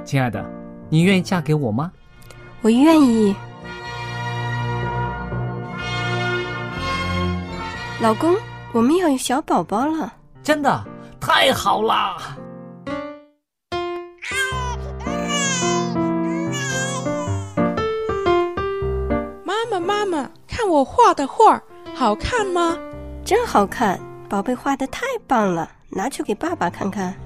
亲爱的，你愿意嫁给我吗？ 我愿意。老公，我们要有小宝宝了。 真的？太好了！ 妈妈，看我画的画，好看吗？ 真好看，宝贝画得太棒了，拿去给爸爸看看。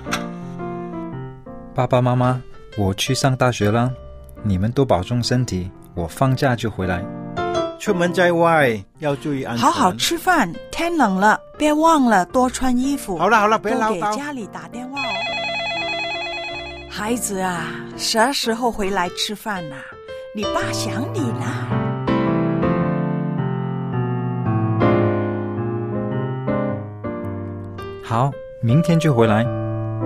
爸爸妈妈，我去上大学了，你们都保重身体，我放假就回来。 出门在外要注意安全。 好好吃饭，天冷了，别忘了多穿衣服。 好了，别唠叨。 多给家里打电话哦。孩子啊，啥时候回来吃饭啊？你爸想你啦。 好，明天就回来。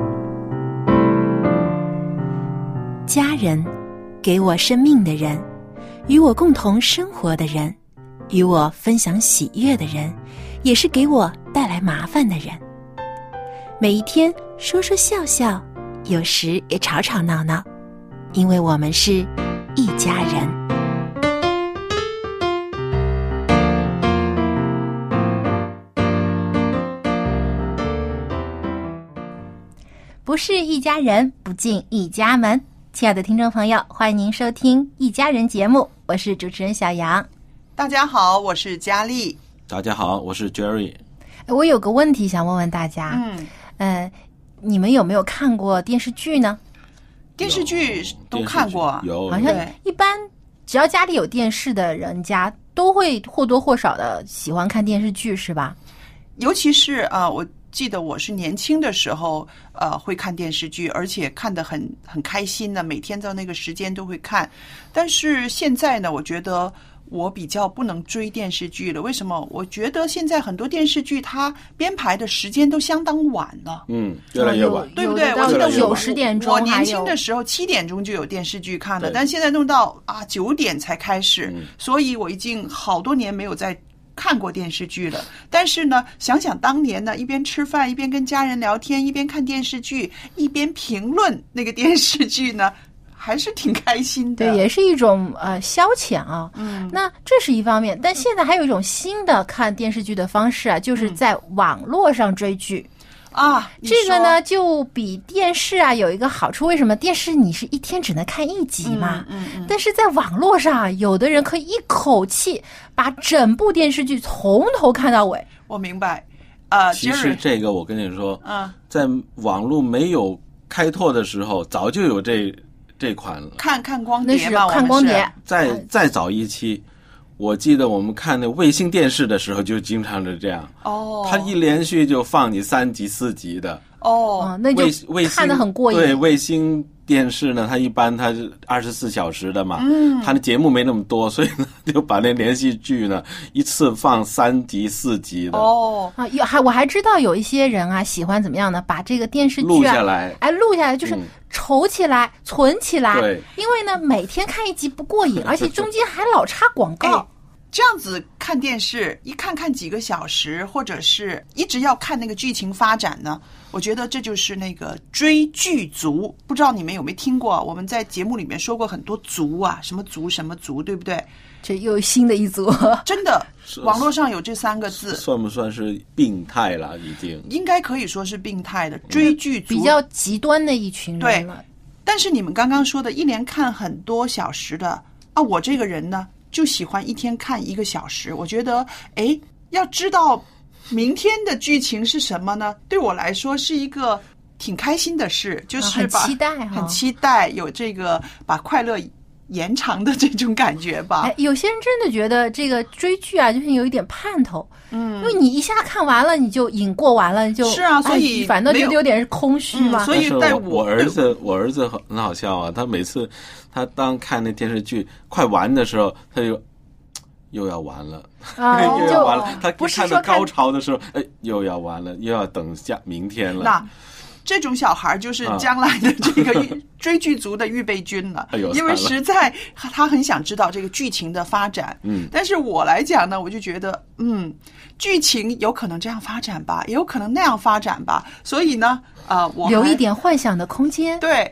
家人，给我生命的人，与我共同生活的人，与我分享喜悦的人，也是给我带来麻烦的人。每一天说说笑笑，有时也吵吵闹闹，因为我们是一家人。不是一家人，不进一家门。亲爱的听众朋友，欢迎您收听一家人节目，我是主持人小杨。 大家好，我是佳丽。 大家好，我是 Jerry。 我有个问题想问问大家，你们有没有看过电视剧呢？ 电视剧都看过， 有。 好像一般只要家里有电视的人家都会或多或少的喜欢看电视剧，是吧？ 尤其是我记得我是年轻的时候，会看电视剧，而且看得很开心的，每天到那个时间都会看。但是现在呢，我觉得我比较不能追电视剧了。为什么？我觉得现在很多电视剧它编排的时间都相当晚了。 越来越晚， 对不对？ 我记得90点钟， 我年轻的时候7点钟就有电视剧看了，但现在弄到9点才开始，所以我已经好多年没有再看过电视剧了。但是呢，想想当年呢，一边吃饭一边跟家人聊天，一边看电视剧，一边评论那个电视剧呢，还是挺开心的。 对，也是一种消遣啊。那这是一方面，但现在还有一种新的看电视剧的方式啊，就是在网络上追剧。这个呢就比电视有一个好处。为什么？电视你是一天只能看1集嘛，但是在网络上有的人可以一口气把整部电视剧从头看到尾。 我明白。 其实这个我跟你说，在网络没有开拓的时候，早就有这款了。 看光碟嘛， 看光碟。 再早一期，我记得我们看那卫星电视的时候，就经常是这样。它一连续就放你3集4集的。 那就看得很过瘾。 对，卫星电视呢，它一般它是24小时的嘛，它的节目没那么多，所以呢就把那连续剧呢一次放3集4集的。 我还知道有一些人喜欢怎么样呢？把这个电视剧录下来， 就是筹起来、存起来。 对， 因为呢每天看1集不过瘾，而且中间还老插广告。 这样子看电视一看几个小时，或者是一直要看那个剧情发展呢，我觉得这就是那个追剧族。不知道你们有没有听过，我们在节目里面说过很多族什么族什么族，对不对？ 这又新的一族。 真的，网络上有这3个字。 算不算是病态了？已经应该可以说是病态的追剧族， 比较极端的一群人了。 对，但是你们刚刚说的一连看很多小时的我这个人呢就喜欢一天看1个小时。我觉得要知道明天的剧情是什么呢，对我来说是一个挺开心的事，就是很期待有这个把快乐延长的这种感觉吧。 有些人真的觉得这个追剧就是有一点盼头，因为你一下看完了，你就瘾过完了，就是所以反正就有点空虚嘛。 所以在我儿子很好笑啊，他每次他当看那电视剧快完的时候，他就又要完了，又要完了。他看到高潮的时候，又要完了，又要等下明天了。 那这种小孩就是将来的这个追剧族的预备军了，因为实在他很想知道这个剧情的发展。但是我来讲呢，我就觉得剧情有可能这样发展吧，也有可能那样发展吧，所以呢我留一点幻想的空间。 对，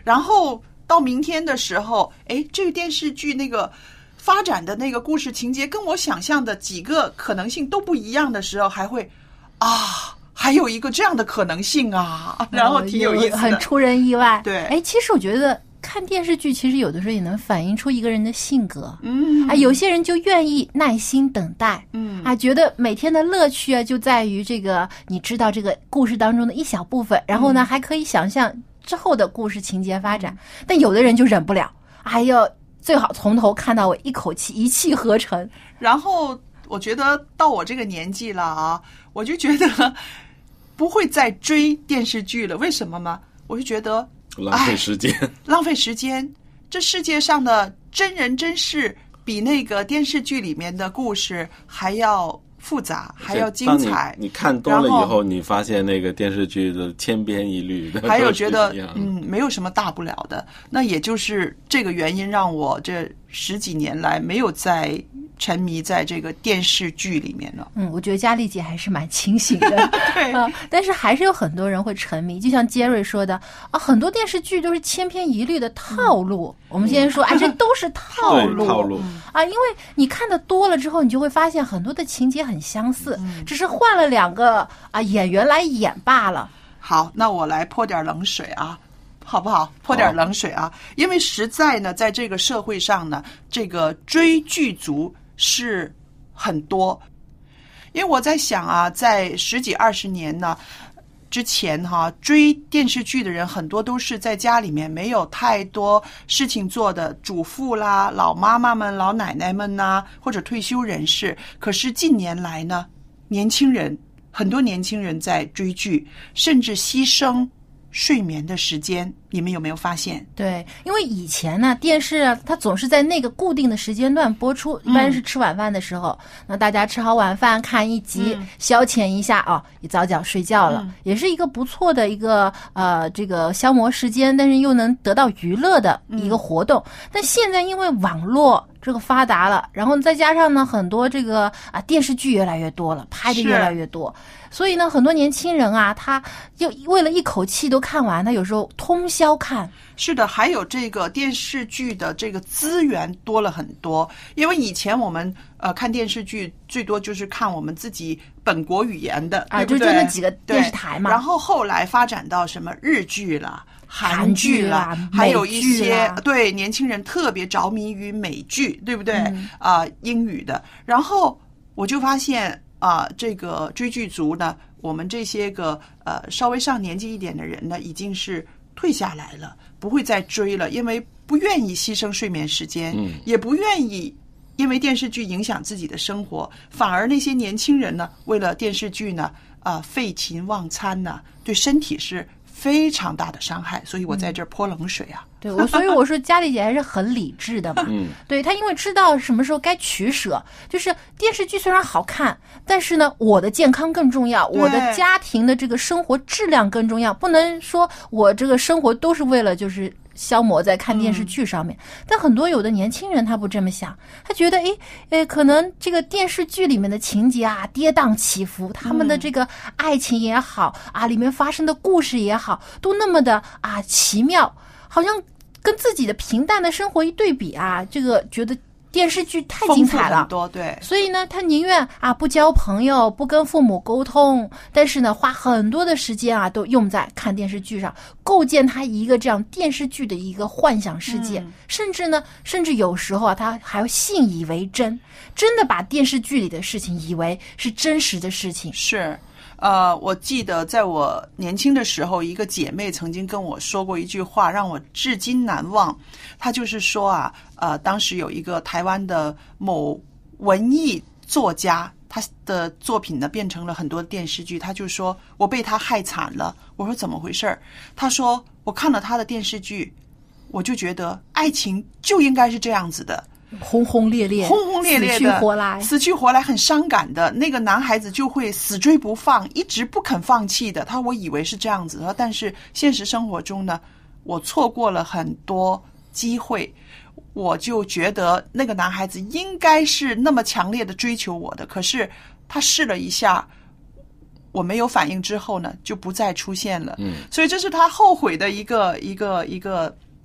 然后到明天的时候，这个电视剧那个发展的那个故事情节跟我想象的几个可能性都不一样的时候，还会还有一个这样的可能性啊，然后挺有意思的， 很出人意外。 对， 其实我觉得看电视剧其实有的时候也能反映出一个人的性格。有些人就愿意耐心等待，觉得每天的乐趣啊就在于这个你知道这个故事当中的一小部分，然后呢还可以想象之后的故事情节发展。但有的人就忍不了，要最好从头看到尾，一口气一气呵成。 然后我觉得到我这个年纪了啊，我就觉得不会再追电视剧了。为什么吗？我就觉得浪费时间， 浪费时间。这世界上的真人真事比那个电视剧里面的故事还要复杂，还要精彩。 你看多了以后，你发现那个电视剧的千篇一律的， 还有觉得没有什么大不了的。那也就是这个原因让我这10几年来没有再沉迷在这个电视剧里面了。 我觉得佳丽姐还是蛮清醒的。 对， 但是还是有很多人会沉迷，就像杰瑞说的很多电视剧都是千篇一律的套路。我们先说这都是套路因为你看的多了之后，你就会发现很多的情节很相似，只是换了2个演员来演罢了。 好，那我来泼点冷水啊，好不好？泼点冷水啊！因为实在呢，在这个社会上呢，这个追剧族是很多。因为我在想啊，在10几20年呢之前追电视剧的人很多都是在家里面没有太多事情做的主妇啦、老妈妈们、老奶奶们呐，或者退休人士。可是近年来呢，很多年轻人在追剧，甚至牺牲睡眠的时间，你们有没有发现？ 对，因为以前呢，电视它总是在那个固定的时间段播出，一般是吃晚饭的时候，那大家吃好晚饭看一集，消遣一下也早点睡觉了，也是一个不错的一个这个消磨时间，但是又能得到娱乐的一个活动。但现在因为网络这个发达了，然后再加上呢很多这个电视剧越来越多了，拍的越来越多，所以呢很多年轻人他就为了一口气都看完，他有时候通宵看。 是的，还有这个电视剧的这个资源多了很多。因为以前我们看电视剧最多就是看我们自己本国语言的，对不对？ 就那几个电视台嘛。 然后后来发展到什么日剧啦、韩剧啦，还有一些对年轻人特别着迷于美剧，对不对？英语的。然后我就发现这个追剧族呢，我们这些个稍微上年纪一点的人呢，已经是退下来了，不会再追了，因为不愿意牺牲睡眠时间，也不愿意因为电视剧影响自己的生活，反而那些年轻人呢，为了电视剧呢废寝忘餐呢，对身体是非常大的伤害。所以我在这儿泼冷水啊。 对，所以我说佳丽姐还是很理智的嘛。对，她因为知道什么时候该取舍，就是电视剧虽然好看，但是呢我的健康更重要，我的家庭的这个生活质量更重要，不能说我这个生活都是为了就是消磨在看电视剧上面。但很多有的年轻人他不这么想，他觉得可能这个电视剧里面的情节跌宕起伏，他们的这个爱情也好里面发生的故事也好，都那么的奇妙，好像跟自己的平淡的生活一对比这个觉得电视剧太精彩了， 很多。对， 所以呢他宁愿不交朋友，不跟父母沟通，但是呢花很多的时间都用在看电视剧上，构建他一个这样电视剧的一个幻想世界。甚至有时候他还要信以为真，真的把电视剧里的事情以为是真实的事情。 是我记得在我年轻的时候，一个姐妹曾经跟我说过一句话，让我至今难忘。她就是说当时有一个台湾的某文艺作家，他的作品呢变成了很多电视剧，他就说我被他害惨了。我说怎么回事？他说我看了他的电视剧，我就觉得爱情就应该是这样子的， 轰轰烈烈的，死去活来，很伤感的。那个男孩子就会死追不放，一直不肯放弃的。我以为是这样子的，但是现实生活中呢，我错过了很多机会。我就觉得那个男孩子应该是那么强烈的追求我的，可是他试了一下，我没有反应之后呢，就不再出现了。所以这是他后悔的一个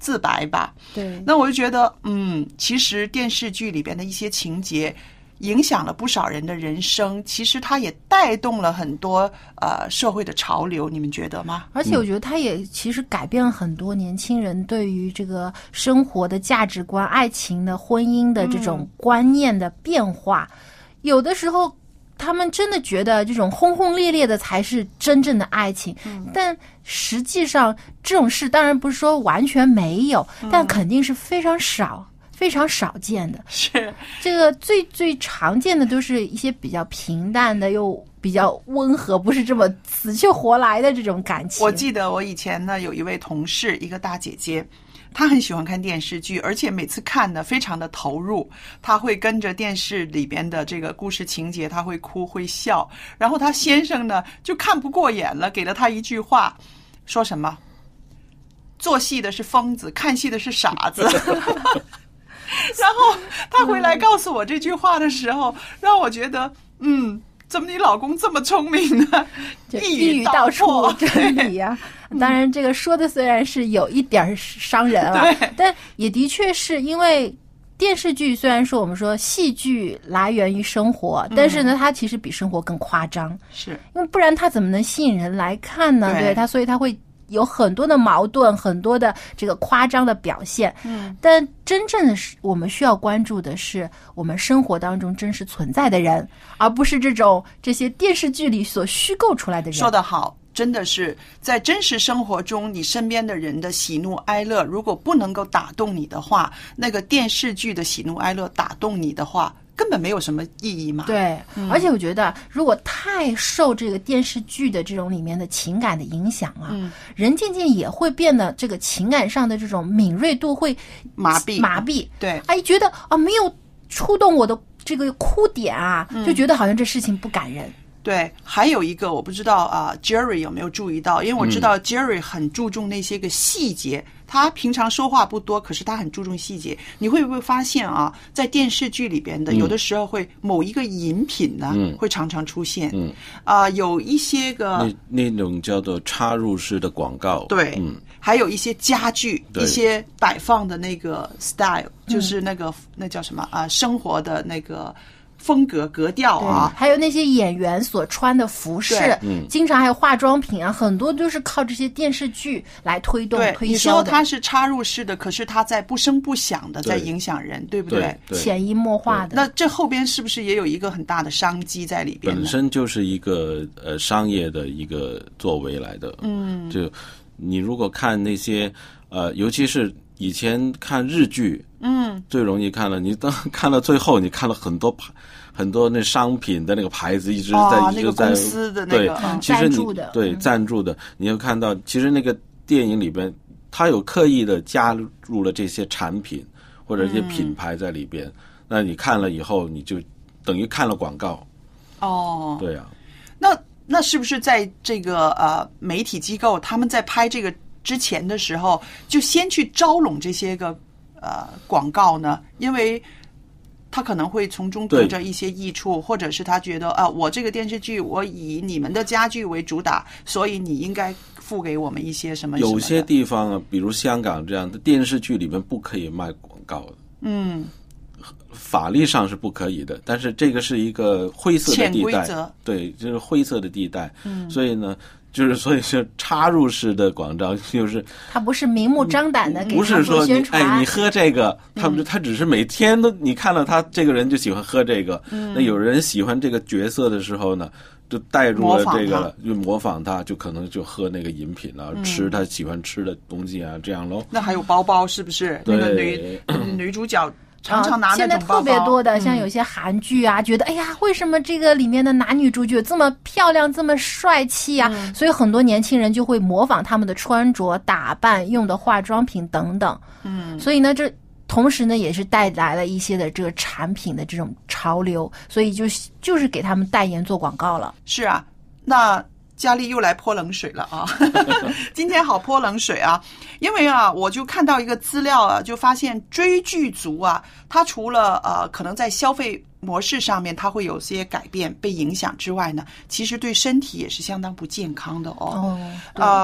自白吧。 对， 那我就觉得其实电视剧里边的一些情节影响了不少人的人生，其实它也带动了很多社会的潮流，你们觉得吗？ 而且我觉得它也其实改变了很多年轻人对于这个生活的价值观、爱情的、婚姻的这种观念的变化。有的时候他们真的觉得这种轰轰烈烈的才是真正的爱情，但实际上这种事当然不是说完全没有，但肯定是非常少。非常少见的， 是这个最常见的都是一些比较平淡的又比较温和，不是这么死去活来的这种感情。 我记得我以前呢有一位同事，一个大姐姐，她很喜欢看电视剧，而且每次看呢非常的投入，她会跟着电视里边的这个故事情节，她会哭会笑。然后她先生呢就看不过眼了，给了她一句话，说什么做戏的是疯子，看戏的是傻子。然后他回来告诉我这句话的时候，让我觉得怎么你老公这么聪明呢？ 一语道出真理啊！当然这个说的虽然是有一点伤人啊，但也的确是因为电视剧虽然说我们说戏剧来源于生活，但是呢它其实比生活更夸张，是因为不然它怎么能吸引人来看呢？对它，所以它会有很多的矛盾，很多的这个夸张的表现。但真正的是我们需要关注的是我们生活当中真实存在的人，而不是这些电视剧里所虚构出来的人。 说得好，真的是在真实生活中你身边的人的喜怒哀乐，如果不能够打动你的话，那个电视剧的喜怒哀乐打动你的话，根本没有什么意义嘛。 对，而且我觉得如果太受这个电视剧的这种里面的情感的影响啊，人渐渐也会变得这个情感上的这种敏锐度会麻痹。 对， 觉得没有触动我的这个哭点啊，就觉得好像这事情不感人。 对，还有一个我不知道Jerry 有没有注意到，因为我知道 Jerry 很注重那些个细节，他平常说话不多，可是他很注重细节。你会不会发现在电视剧里边的有的时候会某一个饮品呢会常常出现，有一些个那种叫做插入式的广告， 对，还有一些家具，一些摆放的那个 style，就是那叫什么生活的那个风格格调啊， 还有那些演员所穿的服饰，经常还有化妆品啊，很多都是靠这些电视剧来推动推销的。 你说它是插入式的，可是它在不声不响的在影响人，对不对？ 潜移默化的。 那这后边是不是也有一个很大的商机在里边呢？ 本身就是一个商业的一个作为来的。就你如果看那些尤其是以前看日剧，最容易看了。你当看到最后，你看了很多那商品的那个牌子一直在那个公司的那个其实你赞助的赞助的，你要看到其实那个电影里边，它有刻意的加入了这些产品或者一些品牌在里边。那你看了以后，你就等于看了广告。对啊。 那是不是在这个媒体机构他们在拍这个之前的时候，就先去招拢这些个广告呢？因为他可能会从中得着一些益处，或者是他觉得我这个电视剧我以你们的家具为主打，所以你应该付给我们一些什么。 有些地方比如香港这样的电视剧里面不可以卖广告的。法律上是不可以的，但是这个是一个灰色的地带，对，就是灰色的地带。所以呢，所以是插入式的广告，就是它不是明目张胆的给不是说你喝这个，他只是每天都你看到他这个人就喜欢喝这个。那有人喜欢这个角色的时候呢，就带入了这个了，就模仿他，就可能就喝那个饮品啊，吃他喜欢吃的东西啊，这样咯。 那还有包包是不是？那个女主角常常拿那种包包。 现在特别多的，像有些韩剧啊，觉得为什么这个里面的男女主角这么漂亮，这么帅气啊？所以很多年轻人就会模仿他们的穿着打扮、用的化妆品等等。所以呢，这同时呢也是带来了一些的这个产品的这种潮流，所以就是给他们代言做广告了。 是啊，那佳丽又来泼冷水了啊！今天好泼冷水啊！因为我就看到一个资料就发现追剧族他除了可能在消费模式上面它会有些改变被影响之外呢，其实对身体也是相当不健康的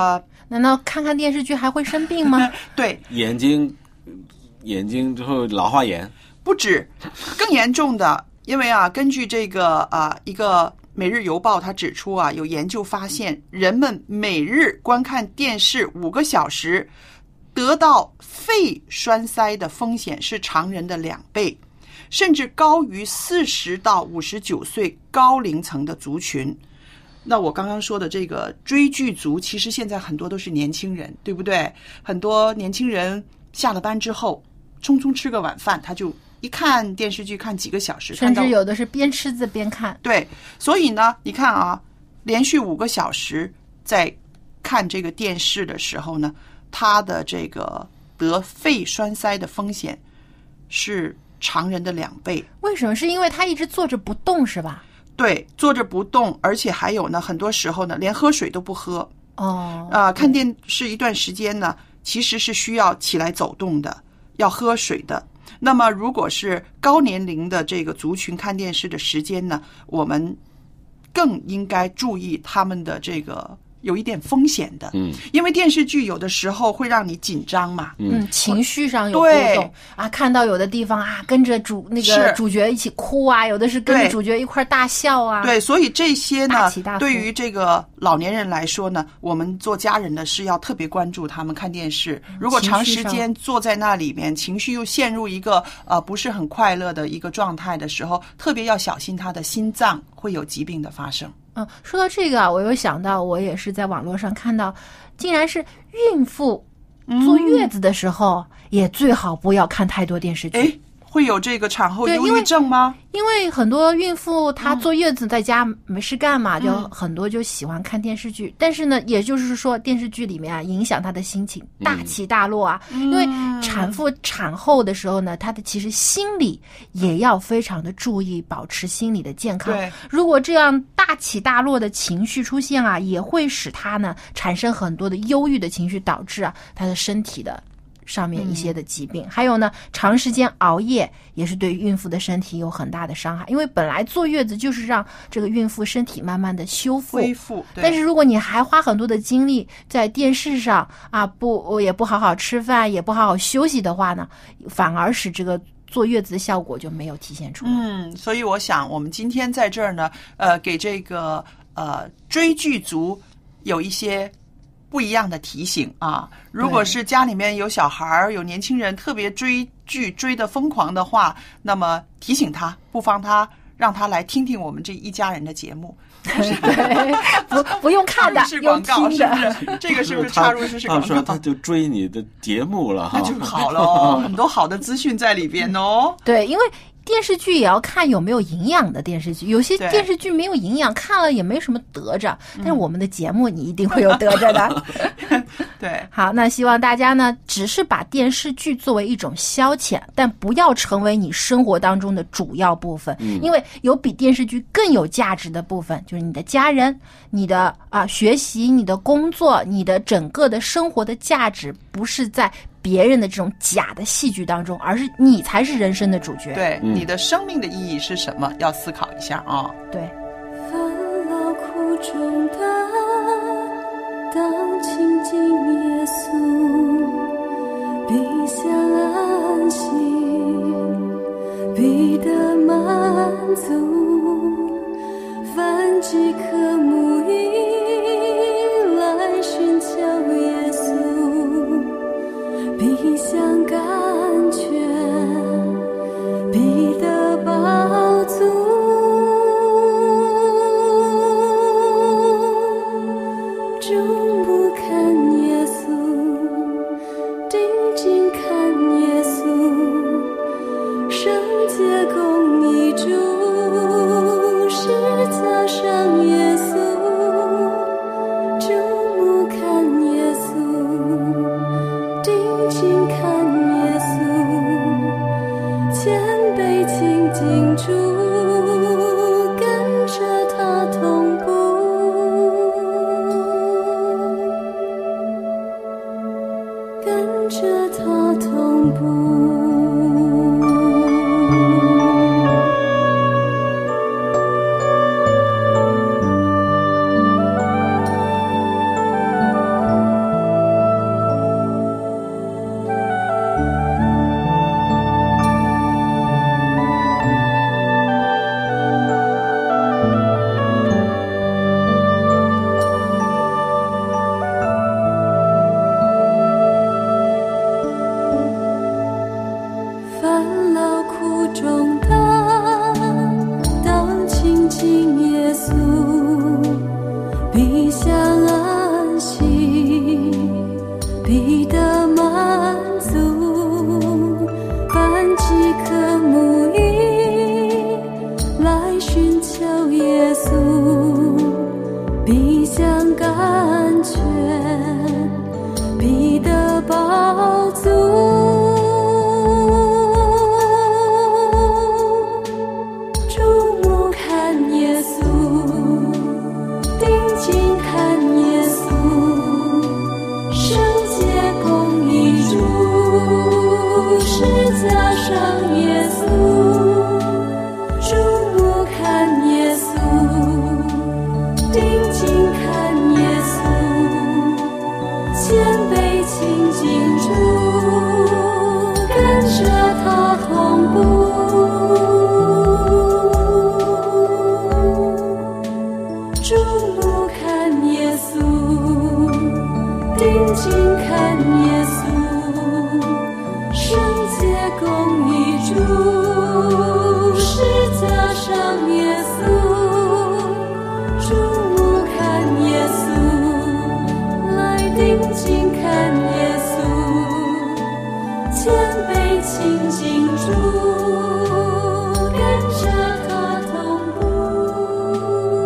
难道看看电视剧还会生病吗？ 对， 眼睛之后老花眼， 不止，更严重的，因为啊，根据这个一个《每日邮报》它指出啊，有研究发现，人们每日观看电视5个小时，得到肺栓塞的风险是常人的2倍，甚至高于40到59岁高龄层的族群。那我刚刚说的这个追剧族，其实现在很多都是年轻人，对不对？很多年轻人下了班之后，匆匆吃个晚饭，他就一看电视剧看几个小时， 甚至有的是边吃字边看。 对，所以呢，你看啊，连续5个小时在看这个电视的时候呢，他的这个得肺栓塞的风险是常人的2倍。 为什么？是因为他一直坐着不动是吧？ 对，坐着不动，而且还有呢，很多时候呢，连喝水都不喝。看电视一段时间呢，其实是需要起来走动的，要喝水的。那么，如果是高年龄的这个族群看电视的时间呢，我们更应该注意他们的这个有一点风险的，因为电视剧有的时候会让你紧张嘛， 情绪上有波动啊，看到有的地方啊，跟着主角一起哭啊，有的是跟着主角一块大笑啊， 对，所以这些呢，对于这个老年人来说呢，我们做家人的是要特别关注他们看电视，如果长时间坐在那里面，情绪又陷入一个不是很快乐的一个状态的时候，特别要小心他的心脏会有疾病的发生。 说到这个啊，我有想到，我也是在网络上看到，竟然是孕妇坐月子的时候，也最好不要看太多电视剧。 会有这个产后忧郁症吗？ 因为很多孕妇她坐月子在家没事干嘛，就很多就喜欢看电视剧。但是呢，也就是说电视剧里面啊，影响她的心情，大起大落啊。因为产妇产后的时候呢，她的其实心理也要非常的注意，保持心理的健康。 对， 如果这样大起大落的情绪出现啊，也会使她呢产生很多的忧郁的情绪，导致啊她的身体的上面一些的疾病，还有呢，长时间熬夜也是对孕妇的身体有很大的伤害。因为本来坐月子就是让这个孕妇身体慢慢的修复恢复， 但是如果你还花很多的精力在电视上啊，也不好好吃饭，也不好好休息的话呢，反而使这个坐月子的效果就没有体现出来。 所以我想我们今天在这儿呢，给这个追剧族有一些不一样的提醒啊！如果是家里面有小孩有年轻人特别追剧追得疯狂的话，那么提醒他，不妨让他来听听我们这一家人的节目。 不用看的， 是广告，是不是？这个是不是插入式广告？ 他说他就追你的节目了， 那就好了，很多好的资讯在里边哦。 对，因为电视剧也要看有没有营养的电视剧，有些电视剧没有营养，看了也没什么得着。但是我们的节目你一定会有得着的。 对， 好，那希望大家呢，只是把电视剧作为一种消遣，但不要成为你生活当中的主要部分。因为有比电视剧更有价值的部分，就是你的家人、你的学习、你的工作、你的整个的生活的价值，不是在别人的这种假的戏剧当中，而是你才是人生的主角。 对，你的生命的意义是什么？要思考一下啊。 对， 烦劳苦中担，当亲近耶稣，必享安息，必得满足。凡饥渴慕义来寻求耶稣，必享甘泉，必得饱足。终不看耶稣，定睛看耶稣，圣洁公义主，十架上耶稣。终不看耶稣，定睛看耶稣，谦卑亲近主，跟着他同步，跟着他同步。 架上耶稣，注目看耶稣，定睛看耶稣，谦卑亲近主，跟着他同步。注目看耶稣，定睛看耶稣，圣洁公义主，十架上耶稣，注目看耶稣，来定睛看耶稣，谦卑亲近主，跟着他同步，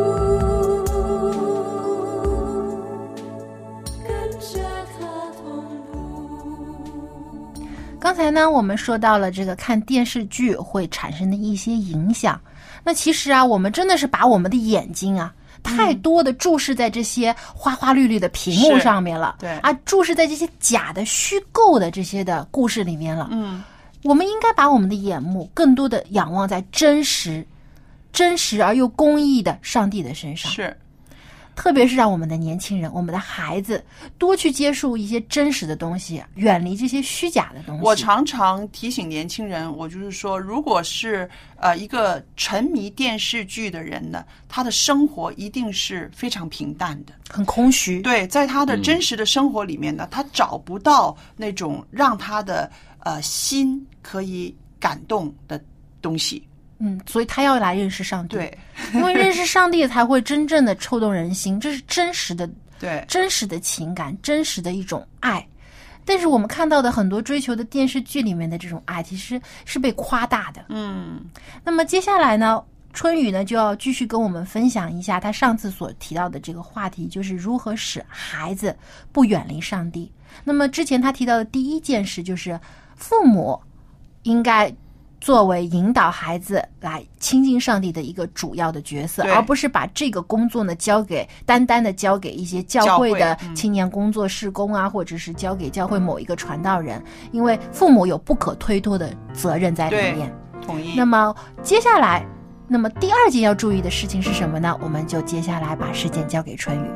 跟着他同步。 刚才呢，我们说到了这个看电视剧会产生的一些影响。那其实啊，我们真的是把我们的眼睛啊，太多的注视在这些花花绿绿的屏幕上面了， 对啊，注视在这些假的、虚构的这些的故事里面了。我们应该把我们的眼目更多的仰望在真实而又公义的上帝的身上。 是。 特别是让我们的年轻人、我们的孩子多去接触一些真实的东西，远离这些虚假的东西。 我常常提醒年轻人，我就是说，如果是一个沉迷电视剧的人呢，他的生活一定是非常平淡的， 很空虚。 对，在他的真实的生活里面呢，他找不到那种让他的心可以感动的东西。 所以他要来认识上帝。 对， 因为认识上帝才会真正的触动人心，这是真实的， 对， 真实的情感，真实的一种爱。但是我们看到的很多追求的电视剧里面的这种爱，其实是被夸大的。那么接下来呢，春雨呢就要继续跟我们分享一下他上次所提到的这个话题，就是如何使孩子不远离上帝。那么之前他提到的第一件事就是父母应该作为引导孩子来亲近上帝的一个主要的角色，而不是把这个工作呢单单的交给一些教会的青年工作事工啊，或者是交给教会某一个传道人，因为父母有不可推脱的责任在里面。 同意。 那么接下来，第二件要注意的事情是什么呢？我们就接下来把时间交给春雨。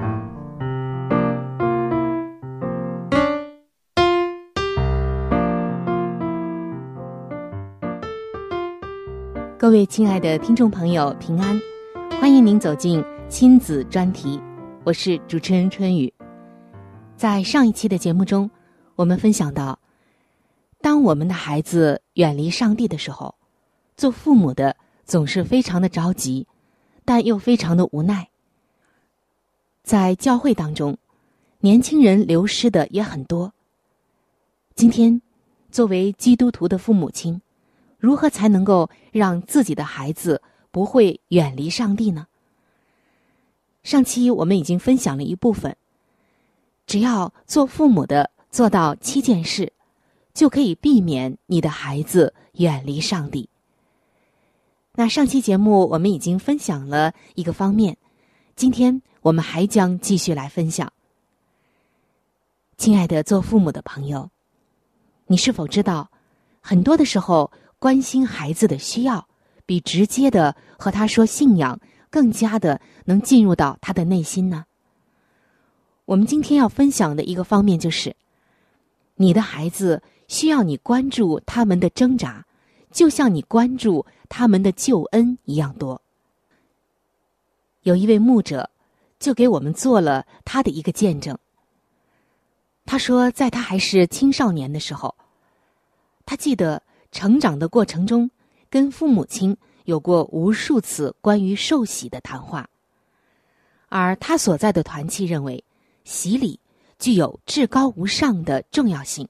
各位亲爱的听众朋友，平安！欢迎您走进亲子专题，我是主持人春雨。在上一期的节目中，我们分享到，当我们的孩子远离上帝的时候，做父母的总是非常的着急，但又非常的无奈。在教会当中，年轻人流失的也很多。今天，作为基督徒的父母亲，如何才能够让自己的孩子不会远离上帝呢？上期我们已经分享了一部分，只要做父母的做到7件事，就可以避免你的孩子远离上帝。那上期节目我们已经分享了一个方面，今天我们还将继续来分享。亲爱的做父母的朋友，你是否知道，很多的时候关心孩子的需要，比直接的和他说信仰更加的能进入到他的内心呢？我们今天要分享的一个方面就是，你的孩子需要你关注他们的挣扎，就像你关注他们的救恩一样多。有一位牧者就给我们做了他的一个见证。他说，在他还是青少年的时候，他记得成长的过程中，跟父母亲有过无数次关于受洗的谈话，而他所在的团契认为洗礼具有至高无上的重要性。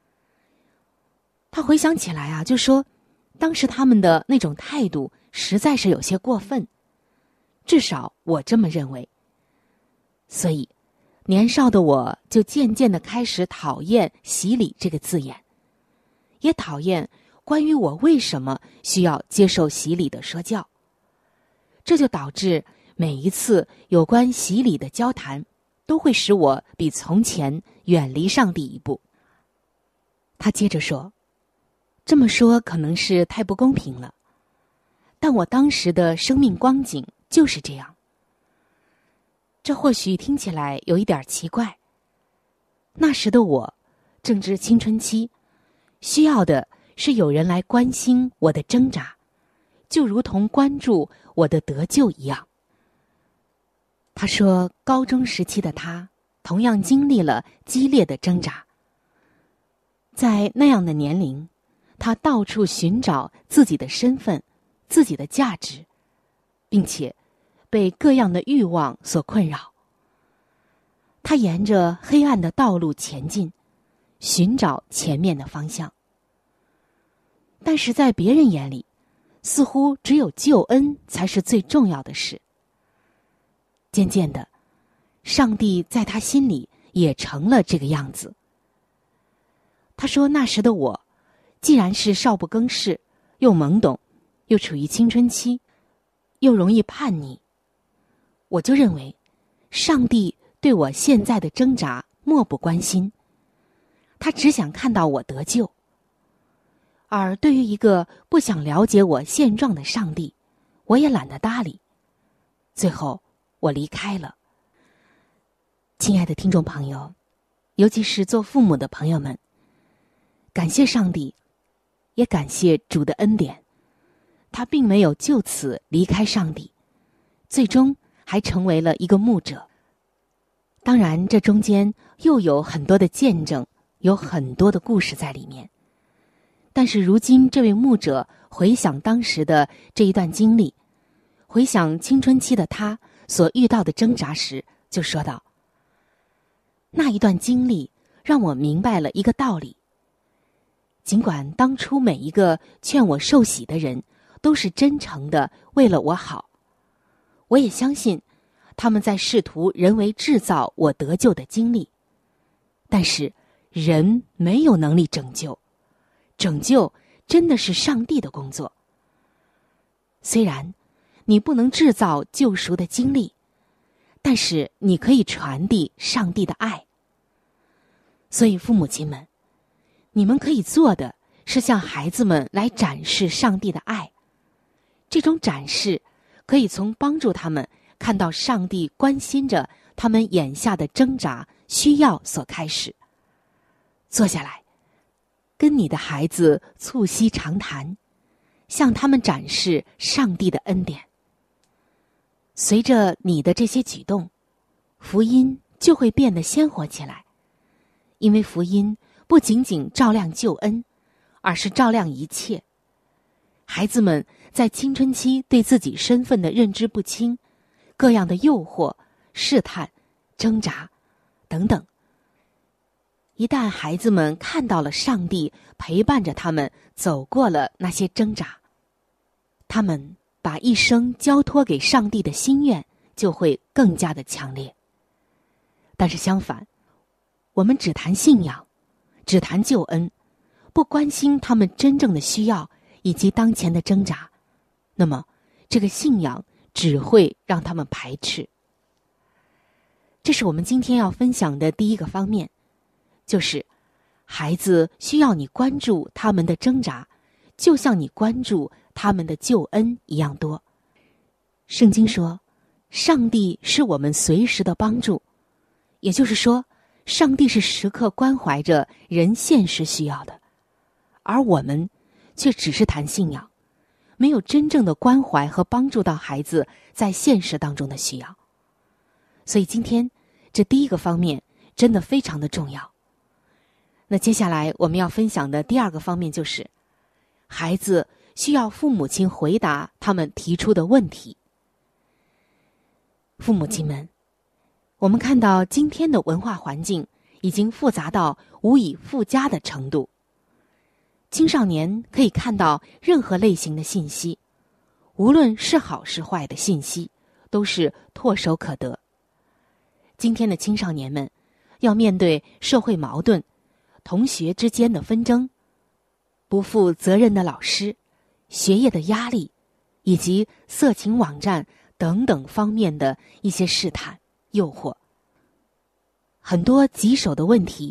他回想起来啊，就说当时他们的那种态度实在是有些过分，至少我这么认为。所以年少的我就渐渐地开始讨厌洗礼这个字眼，也讨厌关于我为什么需要接受洗礼的说教。这就导致每一次有关洗礼的交谈都会使我比从前远离上帝一步。他接着说， 这么说可能是太不公平了，但我当时的生命光景就是这样。这或许听起来有一点奇怪。那时的我正值青春期，需要的是有人来关心我的挣扎，就如同关注我的得救一样。他说，高中时期的他同样经历了激烈的挣扎。在那样的年龄，他到处寻找自己的身份、自己的价值，并且被各样的欲望所困扰。他沿着黑暗的道路前进，寻找前面的方向。但是在别人眼里，似乎只有救恩才是最重要的事。渐渐的，上帝在他心里也成了这个样子。他说，那时的我既然是少不更事，又懵懂，又处于青春期，又容易叛逆，我就认为上帝对我现在的挣扎漠不关心，他只想看到我得救。而对于一个不想了解我现状的上帝，我也懒得搭理。最后我离开了。亲爱的听众朋友，尤其是做父母的朋友们，感谢上帝，也感谢主的恩典，他并没有就此离开上帝，最终还成为了一个牧者。当然这中间又有很多的见证，有很多的故事在里面。但是如今这位牧者回想当时的这一段经历，回想青春期的他所遇到的挣扎时，就说道，那一段经历让我明白了一个道理，尽管当初每一个劝我受洗的人都是真诚的为了我好，我也相信他们在试图人为制造我得救的经历，但是人没有能力拯救，拯救真的是上帝的工作。虽然你不能制造救赎的经历，但是你可以传递上帝的爱。所以父母亲们，你们可以做的是向孩子们来展示上帝的爱。这种展示可以从帮助他们看到上帝关心着他们眼下的挣扎需要所开始。坐下来，跟你的孩子促膝长谈，向他们展示上帝的恩典。随着你的这些举动，福音就会变得鲜活起来，因为福音不仅仅照亮救恩，而是照亮一切。孩子们在青春期对自己身份的认知不清，各样的诱惑、试探、挣扎等等，一旦孩子们看到了上帝陪伴着他们走过了那些挣扎，他们把一生交托给上帝的心愿就会更加的强烈。但是相反，我们只谈信仰，只谈救恩，不关心他们真正的需要以及当前的挣扎，那么这个信仰只会让他们排斥。这是我们今天要分享的第一个方面，就是孩子需要你关注他们的挣扎，就像你关注他们的救恩一样多。圣经说，上帝是我们随时的帮助，也就是说，上帝是时刻关怀着人现实需要的，而我们却只是谈信仰，没有真正的关怀和帮助到孩子在现实当中的需要。所以今天这第一个方面真的非常的重要。那接下来我们要分享的第二个方面就是，孩子需要父母亲回答他们提出的问题。父母亲们，我们看到今天的文化环境已经复杂到无以复加的程度。青少年可以看到任何类型的信息，无论是好是坏的信息，都是唾手可得。今天的青少年们要面对社会矛盾、同学之间的纷争、不负责任的老师、学业的压力，以及色情网站等等方面的一些试探、诱惑。很多棘手的问题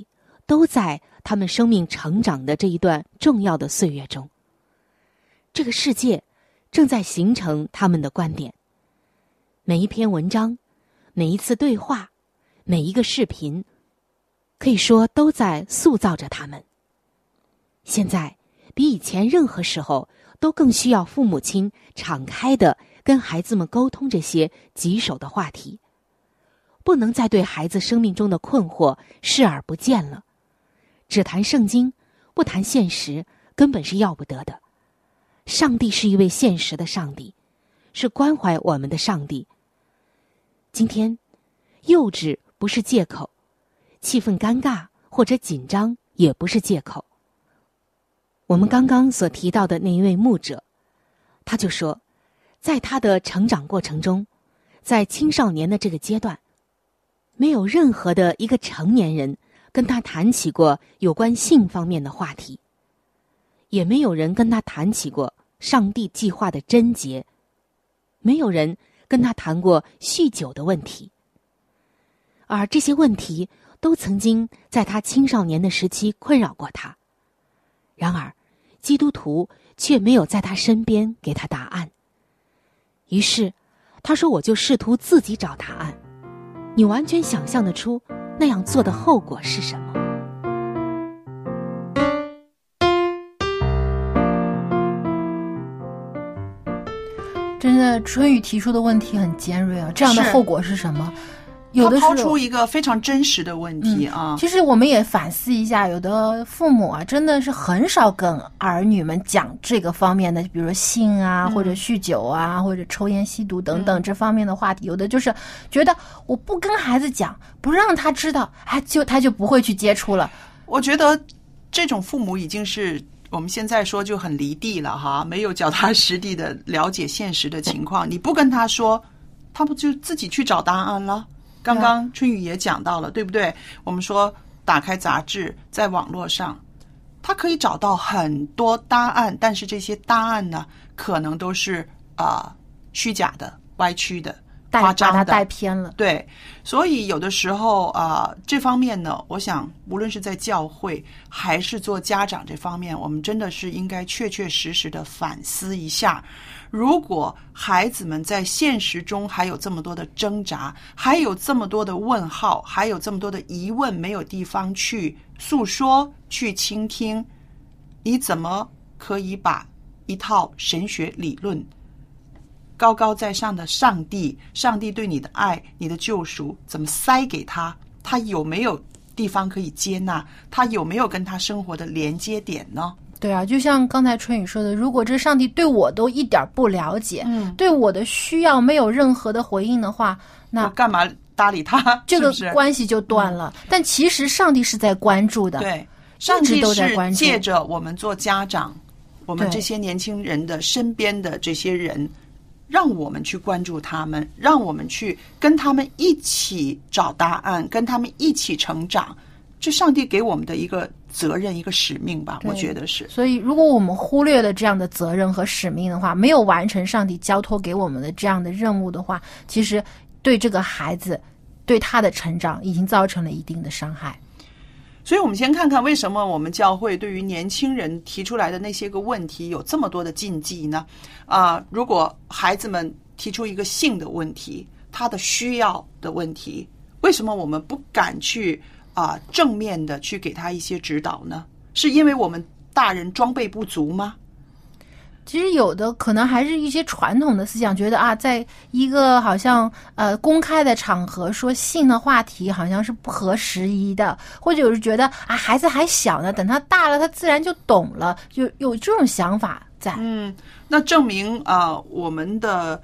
都在他们生命成长的这一段重要的岁月中。这个世界正在形成他们的观点，每一篇文章，每一次对话，每一个视频，可以说都在塑造着他们。现在比以前任何时候都更需要父母亲敞开地跟孩子们沟通这些棘手的话题，不能再对孩子生命中的困惑视而不见了。只谈圣经，不谈现实，根本是要不得的。上帝是一位现实的上帝，是关怀我们的上帝。今天，幼稚不是借口，气氛尴尬或者紧张也不是借口。我们刚刚所提到的那一位牧者，他就说，在他的成长过程中，在青少年的这个阶段，没有任何的一个成年人跟他谈起过有关性方面的话题，也没有人跟他谈起过上帝计划的贞洁，没有人跟他谈过酗酒的问题。而这些问题都曾经在他青少年的时期困扰过他，然而基督徒却没有在他身边给他答案。于是他说，我就试图自己找答案。你完全想象得出那样做的后果是什么？ 真的，春雨提出的问题很尖锐啊！这样的后果是什么？有的他抛出一个非常真实的问题啊。 其实我们也反思一下，有的父母啊，真的是很少跟儿女们讲这个方面的，比如说性啊，或者酗酒啊，或者抽烟吸毒等等这方面的话题。有的就是觉得我不跟孩子讲，不让他知道，他就不会去接触了。 我觉得这种父母已经是我们现在说就很离地了哈，没有脚踏实地的了解现实的情况。你不跟他说，他不就自己去找答案了？刚刚春雨也讲到了，对不对？我们说打开杂志，在网络上他可以找到很多答案，但是这些答案呢，可能都是虚假的、歪曲的、夸张的， 把它带偏了。 对，所以有的时候这方面呢，我想无论是在教会还是做家长这方面，我们真的是应该确确实实的反思一下。如果孩子们在现实中还有这么多的挣扎，还有这么多的问号，还有这么多的疑问，没有地方去诉说、去倾听，你怎么可以把一套神学理论，高高在上的上帝对你的爱、你的救赎，怎么塞给他？他有没有地方可以接纳？他有没有跟他生活的连接点呢？ 对啊，就像刚才春雨说的，如果这上帝对我都一点不了解，对我的需要没有任何的回应的话，那我干嘛搭理他？ 这个关系就断了。但其实上帝是在关注的， 对，上帝是借着我们做家长，我们这些年轻人的身边的这些人，让我们去关注他们，让我们去跟他们一起找答案，跟他们一起成长。这上帝给我们的一个责任，一个使命吧，我觉得是。 所以如果我们忽略了这样的责任和使命的话，没有完成上帝交托给我们的这样的任务的话，其实对这个孩子，对他的成长已经造成了一定的伤害。 所以我们先看看为什么我们教会对于年轻人提出来的那些个问题有这么多的禁忌呢？如果孩子们提出一个性的问题，他的需要的问题，为什么我们不敢去正面的去给他一些指导呢？是因为我们大人装备不足吗？ 其实有的可能还是一些传统的思想，觉得在一个好像公开的场合说性的话题好像是不合时宜的，或者有人觉得孩子还小呢，等他大了他自然就懂了，就有这种想法在。 那证明我们的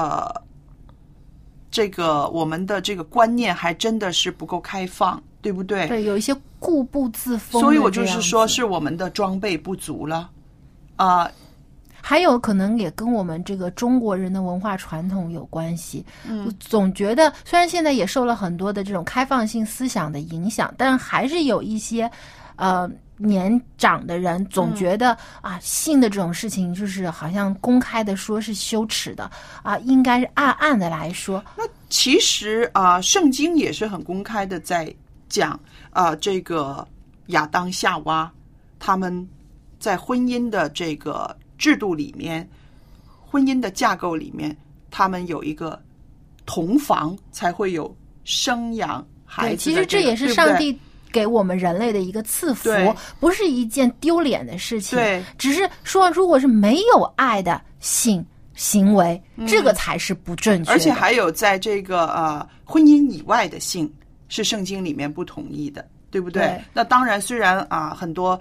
我们的这个观念还真的是不够开放，对不对？ 对，有一些固步自封。 所以我就是说是我们的装备不足了还有可能也跟我们这个中国人的文化传统有关系。总觉得虽然现在也受了很多的这种开放性思想的影响，但还是有一些年长的人总觉得性的这种事情就是好像公开的说是羞耻的应该是暗暗的来说。 那其实圣经也是很公开的在讲这个亚当夏娃他们在婚姻的这个制度里面，婚姻的架构里面，他们有一个同房才会有生养孩子的、 其实这也是上帝给我们人类的一个赐福，不是一件丢脸的事情。 对， 只是说如果是没有爱的性行为，这个才是不正确的。 而且还有在这个婚姻以外的性是圣经里面不同意的，对不对？ 对。 那当然，虽然很多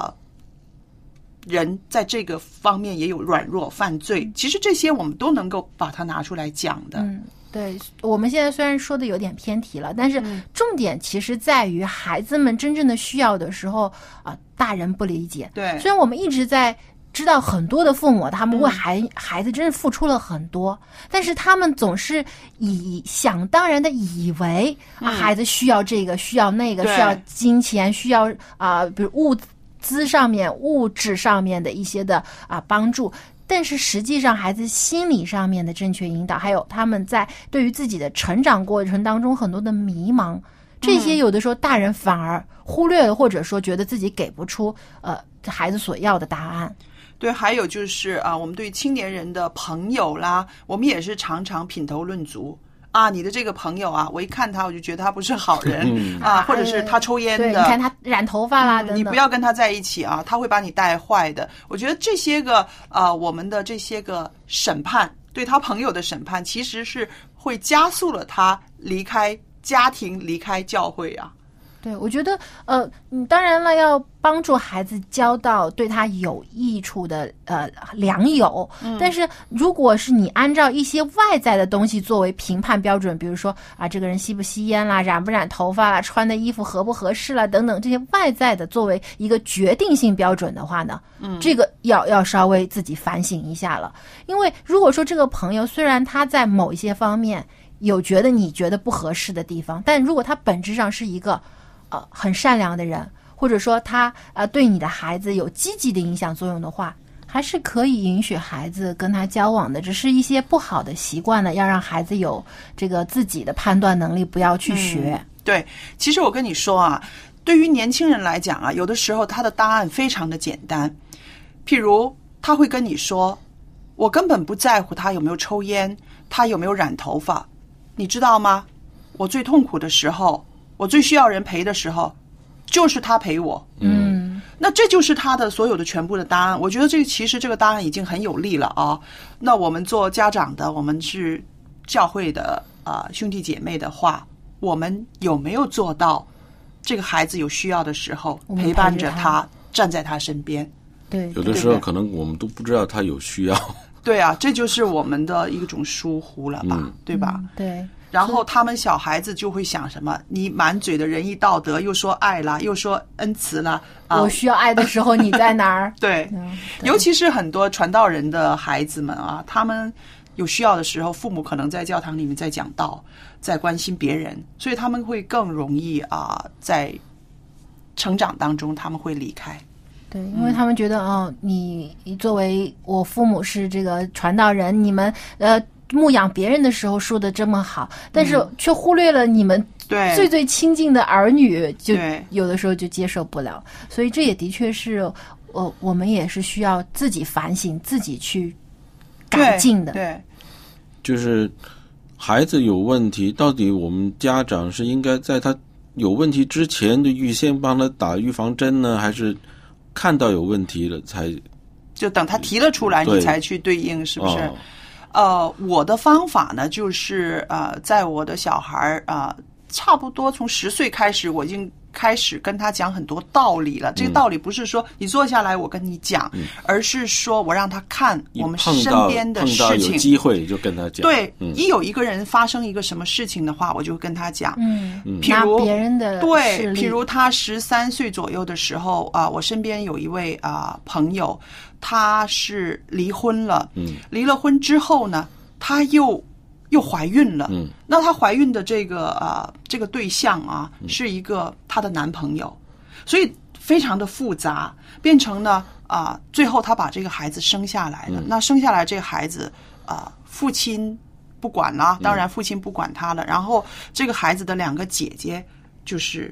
人在这个方面也有软弱犯罪，其实这些我们都能够把它拿出来讲的。 对，我们现在虽然说的有点偏题了，但是重点其实在于孩子们真正的需要的时候大人不理解。 对， 虽然我们一直在知道很多的父母他们为孩子真是付出了很多，但是他们总是想当然的以为孩子需要这个需要那个，需要金钱，需要比如物资上面物质上面的一些的帮助，但是实际上孩子心理上面的正确引导，还有他们在对于自己的成长过程当中很多的迷茫，这些有的时候大人反而忽略了，或者说觉得自己给不出孩子所要的答案。 对，还有就是我们对青年人的朋友啦，我们也是常常品头论足你的这个朋友我一看他我就觉得他不是好人或者是他抽烟的， 对，你看他染头发啦等等， 你不要跟他在一起他会把你带坏的。我觉得这些个我们的这些个审判，对他朋友的审判，其实是会加速了他离开家庭、离开教会对，我觉得当然了，要帮助孩子交到对他有益处的良友，但是如果是你按照一些外在的东西作为评判标准，比如说这个人吸不吸烟啦，染不染头发啦，穿的衣服合不合适啦等等，这些外在的作为一个决定性标准的话呢，这个要稍微自己反省一下了。因为如果说这个朋友虽然他在某一些方面有你觉得不合适的地方，但如果他本质上是一个很善良的人，或者说他对你的孩子有积极的影响作用的话，还是可以允许孩子跟他交往的。只是一些不好的习惯呢，要让孩子有这个自己的判断能力，不要去学。 对，其实我跟你说对于年轻人来讲有的时候他的答案非常的简单。譬如他会跟你说，我根本不在乎他有没有抽烟，他有没有染头发，你知道吗？我最痛苦的时候，我最需要人陪的时候，就是他陪我。那这就是他的所有的全部的答案。我觉得其实这个答案已经很有力了那我们做家长的，我们是教会的兄弟姐妹的话，我们有没有做到这个孩子有需要的时候陪伴着他，站在他身边？ 对， 有的时候可能我们都不知道他有需要。 对这就是我们的一种疏忽了吧，对吧？ 对。 然后他们小孩子就会想什么？你满嘴的仁义道德，又说爱啦，又说恩慈啦我需要爱的时候你在哪儿？ 对，尤其是很多传道人的孩子们他们有需要的时候，父母可能在教堂里面在讲道，在关心别人，所以他们会更容易在成长当中他们会离开。 对，因为他们觉得你作为我父母是这个传道人，你们牧养别人的时候说的这么好，但是却忽略了你们最最亲近的儿女，就有的时候就接受不了。所以这也的确是我们也是需要自己反省，自己去改进的。 对， 就是孩子有问题，到底我们家长是应该在他有问题之前就预先帮他打预防针呢，还是看到有问题了才就等他提了出来你才去对应，是不是？我的方法呢，就是在我的小孩差不多从10岁开始，我已经开始跟他讲很多道理了。这个道理不是说你坐下来我跟你讲，而是说我让他看我们身边的事情。碰到有机会就跟他讲。 对，一有一个人发生一个什么事情的话，我就跟他讲。 譬如别人的对，譬如他13岁左右的时候我身边有一位朋友，他是离婚了。离了婚之后呢，他又怀孕了。那她怀孕的这个对象是一个她的男朋友，所以非常的复杂，变成呢最后她把这个孩子生下来了。那生下来这个孩子父亲不管了，当然父亲不管他了。然后这个孩子的2个姐姐就是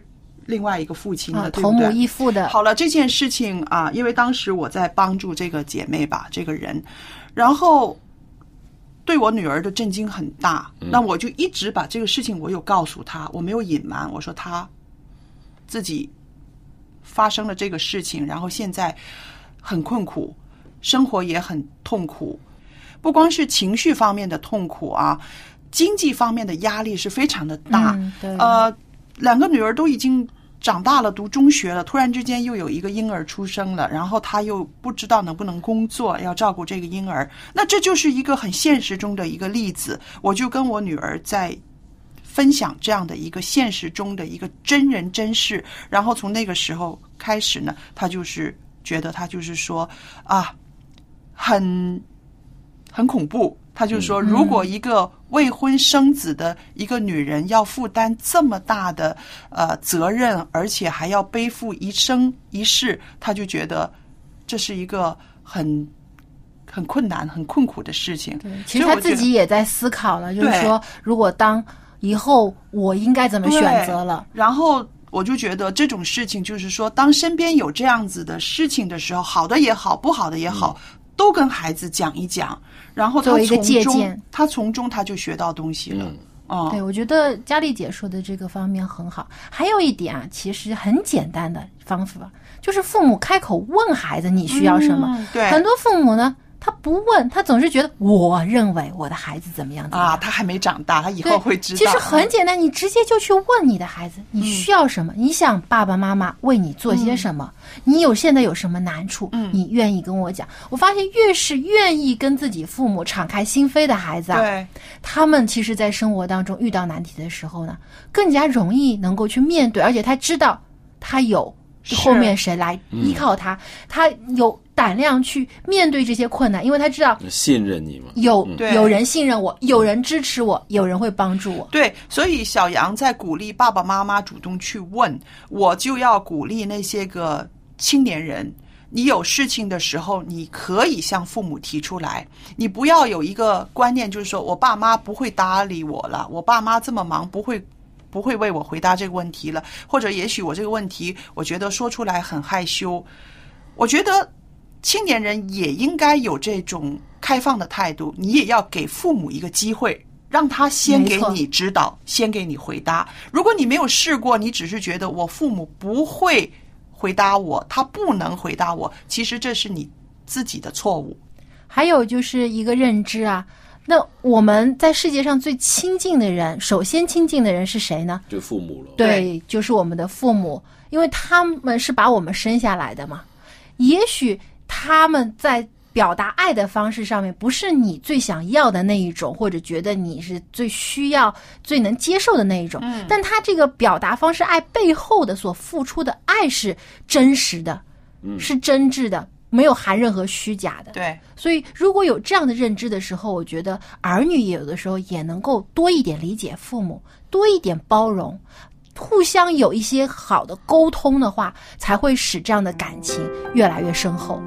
另外一个父亲的，对不对？ 同母异父的。 好了，这件事情啊，因为当时我在帮助这个姐妹吧，这个人，然后对我女儿的震惊很大，那我就一直把这个事情我有告诉她，我没有隐瞒，我说她自己发生了这个事情，然后现在很困苦，生活也很痛苦，不光是情绪方面的痛苦啊，经济方面的压力是非常的大。 对， 两个女儿都已经长大了，读中学了，突然之间又有一个婴儿出生了，然后她又不知道能不能工作，要照顾这个婴儿，那这就是一个很现实中的一个例子。我就跟我女儿在分享这样的一个现实中的一个真人真事，然后从那个时候开始呢，她就是觉得，她就是说啊，很恐怖。她就说，如果一个未婚生子的一个女人要负担这么大的责任，而且还要背负一生一世，她就觉得这是一个很困难、很困苦的事情。 对，其实她自己也在思考了，就是说，如果当以后我应该怎么选择了。 然后我就觉得这种事情，就是说，当身边有这样子的事情的时候，好的也好，不好的也好，都跟孩子讲一讲，然后作为一个借鉴， 他从中他就学到东西了。 对，我觉得佳丽姐说的这个方面很好。还有一点啊，其实很简单的方法，就是父母开口问孩子你需要什么。 对， 很多父母呢，他不问，他总是觉得我认为我的孩子怎么样啊，他还没长大，他以后会知道。 其实很简单，你直接就去问你的孩子，你需要什么？你想爸爸妈妈为你做些什么？你现在有什么难处？你愿意跟我讲？我发现越是愿意跟自己父母敞开心扉的孩子啊， 对， 他们其实在生活当中遇到难题的时候呢，更加容易能够去面对，而且他知道他有后面谁来依靠他，他有胆量去面对这些困难，因为他知道信任你嘛， 有人信任我，有人支持我，有人会帮助我。 对，所以小杨在鼓励爸爸妈妈主动去问，我就要鼓励那些个青年人，你有事情的时候，你可以向父母提出来，你不要有一个观念，就是说我爸妈不会搭理我了，我爸妈这么忙，不会为我回答这个问题了，或者也许我这个问题我觉得说出来很害羞。我觉得青年人也应该有这种开放的态度，你也要给父母一个机会，让他先给你指导，先给你回答。如果你没有试过，你只是觉得我父母不会回答我，他不能回答我，其实这是你自己的错误。 还有就是一个认知啊，那我们在世界上最亲近的人，首先亲近的人是谁呢？ 就父母了。 对，就是我们的父母，因为他们是把我们生下来的嘛。也许他们在表达爱的方式上面不是你最想要的那一种，或者觉得你是最需要最能接受的那一种，但他这个表达方式爱背后的所付出的爱是真实的，是真挚的，没有含任何虚假的。 对， 所以如果有这样的认知的时候，我觉得儿女有的时候也能够多一点理解父母，多一点包容，互相有一些好的沟通的话，才会使这样的感情越来越深厚。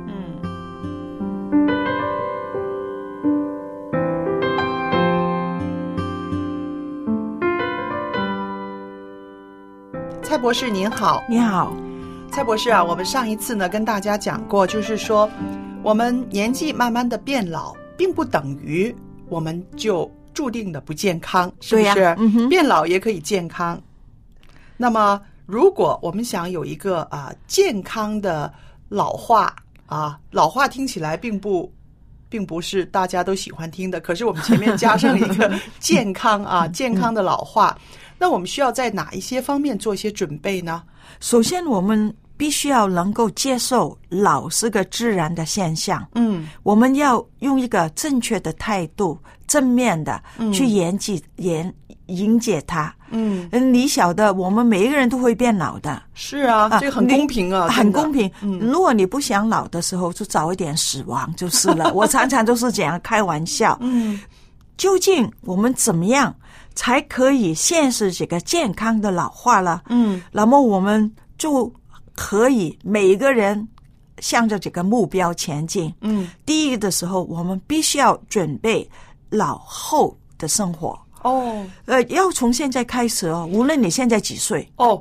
蔡博士您好。 你好。 蔡博士啊，我们上一次呢跟大家讲过，就是说我们年纪慢慢的变老，并不等于我们就注定的不健康，是不是？ 对呀， 变老也可以健康。那么如果我们想有一个健康的老化老化听起来并不是大家都喜欢听的，可是我们前面加上一个健康健康的老化，那我们需要在哪一些方面做一些准备呢？ 首先我们必须要能够接受老是个自然的现象，我们要用一个正确的态度，正面的去迎接它。你晓得我们每一个人都会变老的。 是啊，这个很公平啊， 很公平。如果你不想老的时候，就早一点死亡就是了。我常常都是这样开玩笑。究竟我们怎么样才可以现实这个健康的老化了？那么我们就可以每一个人向着这个目标前进。第一的时候，我们必须要准备老后的生活。要从现在开始无论你现在几岁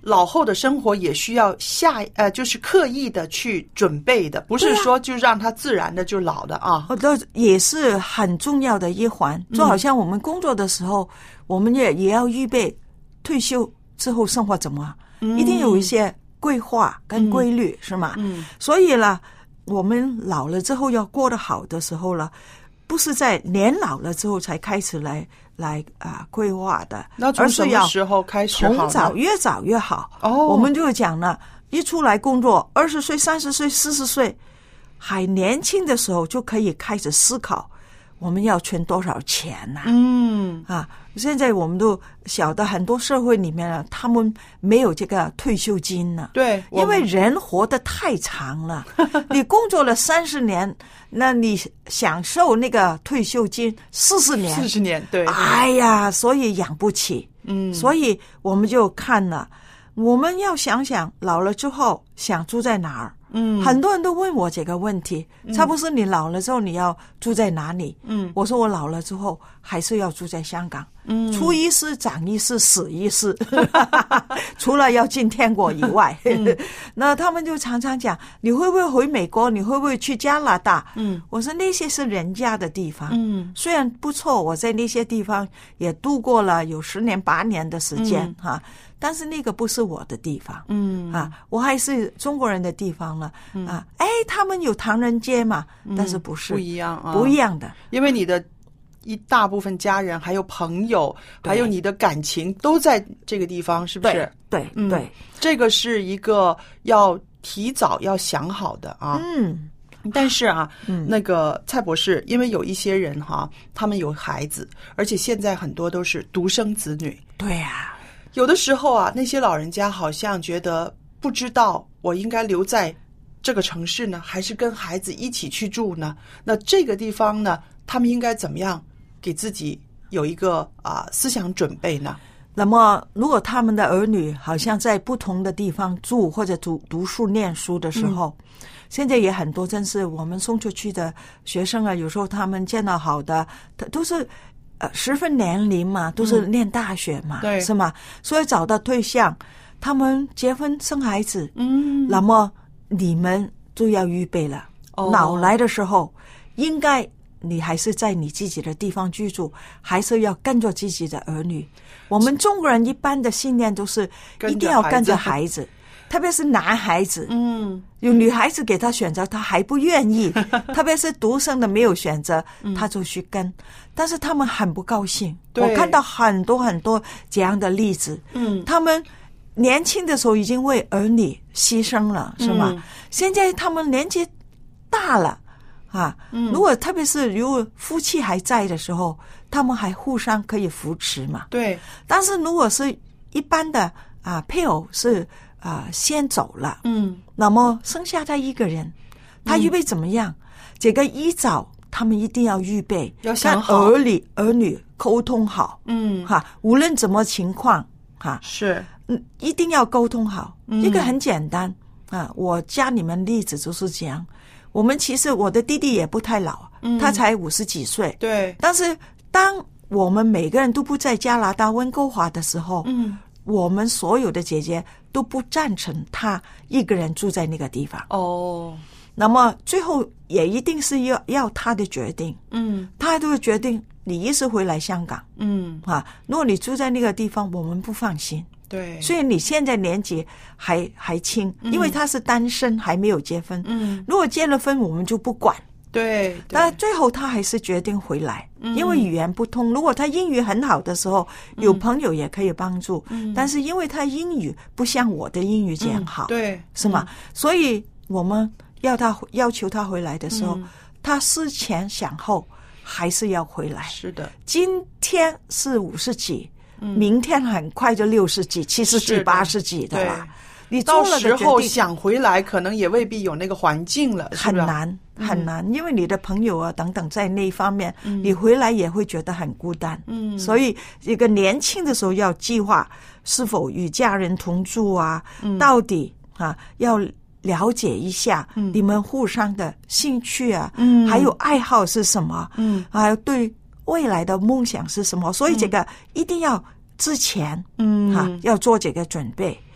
老后的生活也需要就是刻意的去准备的，不是说就让他自然的就老的啊。 这也是很重要的一环，就好像我们工作的时候，我们也要预备退休之后生活怎么，一定有一些规划跟规律，是吗？所以呢，我们老了之后要过得好的时候了，不是在年老了之后才开始来规划的， 那从什么时候开始好？ 从越早越好。我们就讲了，一出来工作，20岁、30岁、40岁，还年轻的时候就可以开始思考，我们要存多少钱呐？现在我们都晓得很多社会里面啊，他们没有这个退休金了。 对， 因为人活得太长了，你工作了30年，那你享受那个退休金40年， 对。 哎呀，所以养不起。所以我们就看了，我们要想想老了之后想住在哪儿。很多人都问我这个问题，差不多你老了之后你要住在哪里？我说我老了之后还是要住在香港。出一世长一世死一世除了要进天国以外那他们就常常讲，你会不会回美国，你会不会去加拿大？我说那些是人家的地方，虽然不错，我在那些地方也度过了有10年8年的时间但是那个不是我的地方，我还是中国人的地方了，他们有唐人街嘛，但是不是不一样不一样的， 因为你的一大部分家人还有朋友还有你的感情都在这个地方，是不是？ 对， 这个是一个要提早要想好的啊。但是那个蔡博士，因为有一些人他们有孩子，而且现在很多都是独生子女。 对啊， 有的时候那些老人家好像觉得不知道我应该留在这个城市呢，还是跟孩子一起去住呢？那这个地方呢，他们应该怎么样给自己有一个思想准备呢？ 那么如果他们的儿女好像在不同的地方住或者读书念书的时候，现在也很多真是我们送出去的学生有时候他们见到好的，他都是10分年龄嘛，都是念大学嘛， 对， 是吗？所以找到对象，他们结婚生孩子，那么你们就要预备了。老来的时候，应该你还是在你自己的地方居住，还是要跟着自己的儿女。我们中国人一般的信念都是一定要跟着孩子，特别是男孩子，有女孩子给他选择他还不愿意特别是独生的没有选择，他就去跟，但是他们很不高兴。我看到很多很多这样的例子，他们年轻的时候已经为儿女牺牲了，是吗？现在他们年纪大了如果特别是如果夫妻还在的时候，他们还互相可以扶持嘛。 对。 但是如果是一般的配偶是先走了，那么剩下他一个人，他预备怎么样？这个一早他们一定要预备， 要想好， 跟儿女沟通好，无论怎么情况是一定要沟通好。这个很简单我加你们例子就是这样。我们其实我的弟弟也不太老，他才50几岁， 对。 但是当我们每个人都不在加拿大温哥华的时候，我们所有的姐姐都不赞成他一个人住在那个地方。那么最后也一定是要他的决定，他都会决定你一直回来香港，如果你住在那个地方，我们不放心。 对， 所以你现在年纪还轻，因为他是单身还没有结婚，如果结了婚我们就不管。 对， 但最后他还是决定回来，因为语言不通。如果他英语很好的时候，有朋友也可以帮助，但是因为他英语不像我的英语这样好， 对， 是吗？所以我们要求他回来的时候，他思前想后还是要回来。 是的， 今天是50几，明天很快就60几、70几、80几的了。你到时候想回来，可能也未必有那个环境了， 很难很难，因为你的朋友等等在那一方面，你回来也会觉得很孤单。所以这个年轻的时候要计划是否与家人同住到底要了解一下你们互相的兴趣还有爱好是什么，还有对未来的梦想是什么。所以这个一定要之前要做这个准备。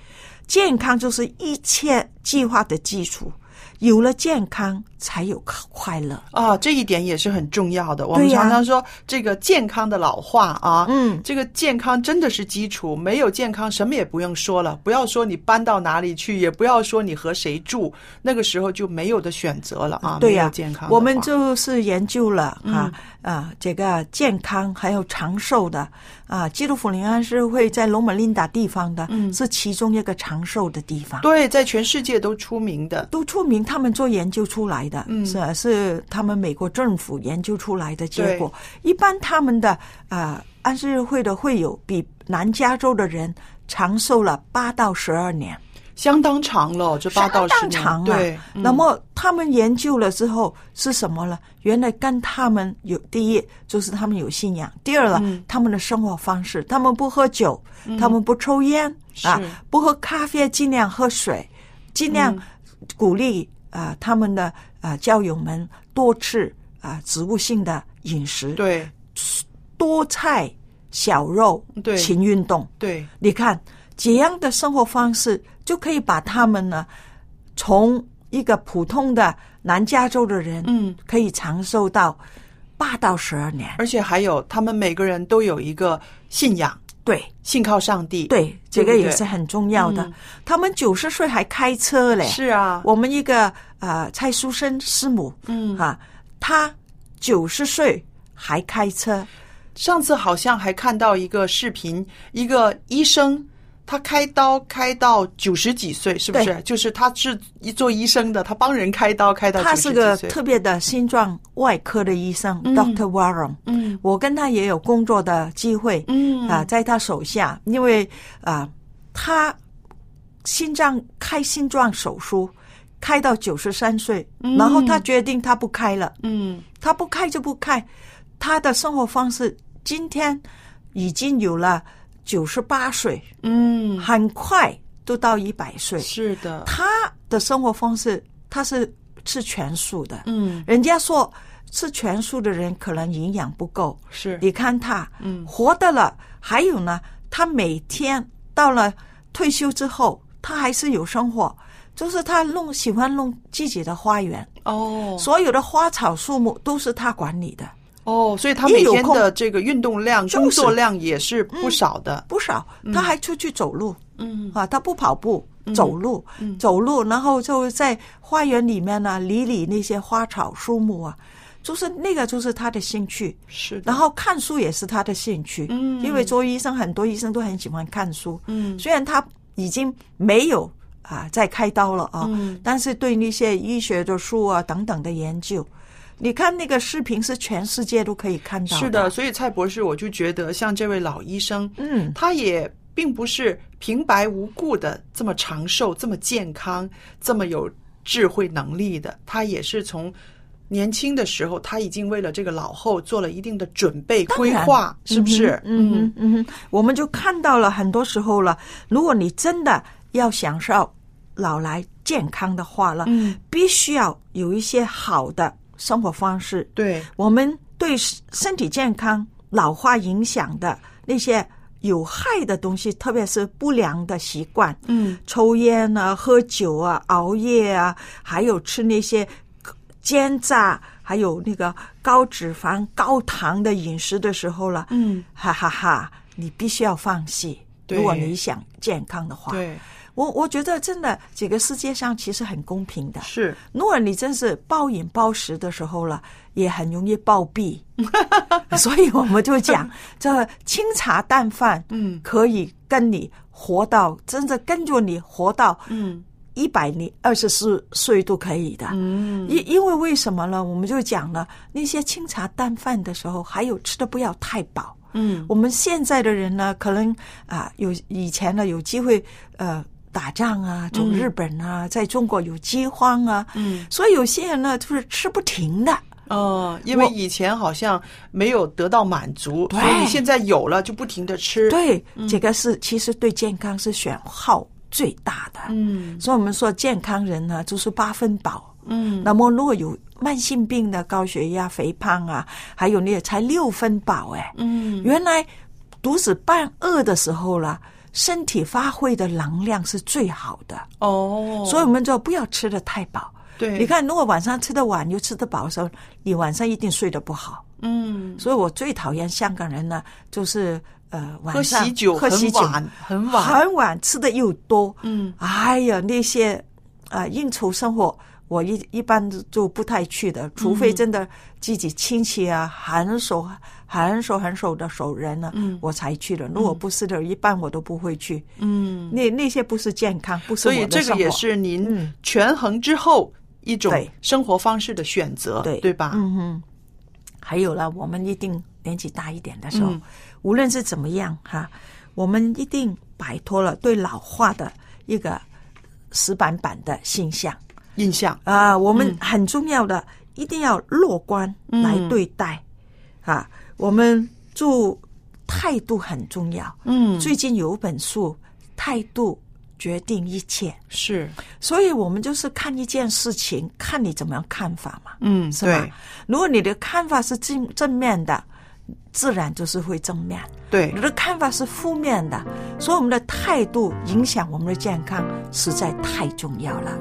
健康就是一切计划的基础，有了健康才有快乐啊，这一点也是很重要的。我们常常说这个健康的老化啊，这个健康真的是基础，没有健康什么也不用说了，不要说你搬到哪里去，也不要说你和谁住，那个时候就没有的选择了啊。 对呀， 没有健康的话， 我们就是研究了这个健康还有长寿的基督福临安市会在罗马琳达地方的，是其中一个长寿的地方。 对，在全世界都出名的， 都出名，他们做研究出来的，是他们美国政府研究出来的结果。一般他们的安市会的会友比南加州的人长寿了8到12年。 相当长了，这8到10年， 相当长了。对，那么他们研究了之后是什么呢？原来跟他们第一就是他们有信仰，第二了，他们的生活方式，他们不喝酒，他们不抽烟不喝咖啡，尽量喝水，尽量鼓励他们的教友们多吃植物性的饮食， 对， 多菜少肉， 对， 勤运动， 对， 你看这样的生活方式就可以把他们呢从一个普通的南加州的人可以长寿到8到12年。 而且还有他们每个人都有一个信仰， 对， 信靠上帝， 对，这个也是很重要的。他们90岁还开车嘞。 是啊， 我们一个蔡淑生师母他90岁还开车。 上次好像还看到一个视频，一个医生他开刀开到90几岁，是不是？就是他是做医生的，他帮人开刀开到90几岁。 他是个特别的心脏外科的医生，Dr. Warren。我跟他也有工作的机会，在他手下，因为他开心脏手术开到93岁，然后他决定他不开了，他不开就不开，他的生活方式今天已经有了98岁，很快都到100岁。 是的， 他的生活方式他是吃全素的，人家说吃全素的人可能营养不够， 是， 你看他活得了，还有呢，他每天到了退休之后，他还是有生活，就是他喜欢弄自己的花园，所有的花草树木都是他管理的。 所以他每天的这个运动量、工作量也是不少的， 不少。他还出去走路，他不跑步，走路，走路，然后就在花园里面呢，理那些花草树木啊，就是那个就是他的兴趣。 是的， 然后看书也是他的兴趣，因为做医生，很多医生都很喜欢看书。虽然他已经没有在开刀了但是对那些医学的书啊等等的研究。你看那个视频是全世界都可以看到的。 是的，所以蔡博士我就觉得像这位老医生，他也并不是平白无故的这么长寿、这么健康、这么有智慧能力的，他也是从年轻的时候他已经为了这个老后做了一定的准备规划，是不是？ 我们就看到了很多时候了，如果你真的要享受老来健康的话了，必须要有一些好的生活方式。 对， 我们对身体健康老化影响的那些有害的东西，特别是不良的习惯，抽烟啊、喝酒啊、熬夜啊，还有吃那些煎炸，还有那个高脂肪、高糖的饮食的时候了，你必须要放弃。如果你想健康的话， 对。 我觉得真的这个世界上其实很公平的。 是， 如果你真是暴饮暴食的时候了，也很容易暴毙。所以我们就讲，这清茶淡饭，可以跟你活到真的跟着你活到124岁都可以的。因为为什么呢？我们就讲了那些清茶淡饭的时候，还有吃的不要太饱。我们现在的人呢，可能以前呢有机会打仗啊，走日本啊，在中国有饥荒啊，所以有些人呢就是吃不停的。 因为以前好像没有得到满足，所以现在有了就不停的吃。 对，这个是其实对健康是损耗最大的。所以我们说健康人呢就是8分饱。那么如果有慢性病的高血压、肥胖啊，还有那才6分饱。原来肚子半饿的时候了， 身体发挥的能量是最好的哦。 所以我们就不要吃得太饱。 对， 你看，如果晚上吃得晚又吃得饱的时候，你晚上一定睡得不好。所以我最讨厌香港人呢，就是晚上喝喜酒很晚吃的又多。哎呀，那些应酬生活我一般就不太去的，除非真的自己亲戚啊很熟的熟人呢，我才去的。如果不是的，一般我都不会去。那些不是健康，不是我的生活。 所以这个也是您权衡之后一种生活方式的选择，对吧？ 还有了，我们一定年纪大一点的时候，无论是怎么样哈，我们一定摆脱了对老化的一个死板板的印象啊。我们很重要的，一定要乐观来对待啊。我们就态度很重要。最近有本书，态度决定一切， 是， 所以我们就是看一件事情，看你怎么样看法嘛，是吧？ 对。 如果你的看法是正面的，自然就是会正面。 对， 你的看法是负面的，所以我们的态度影响我们的健康，实在太重要了。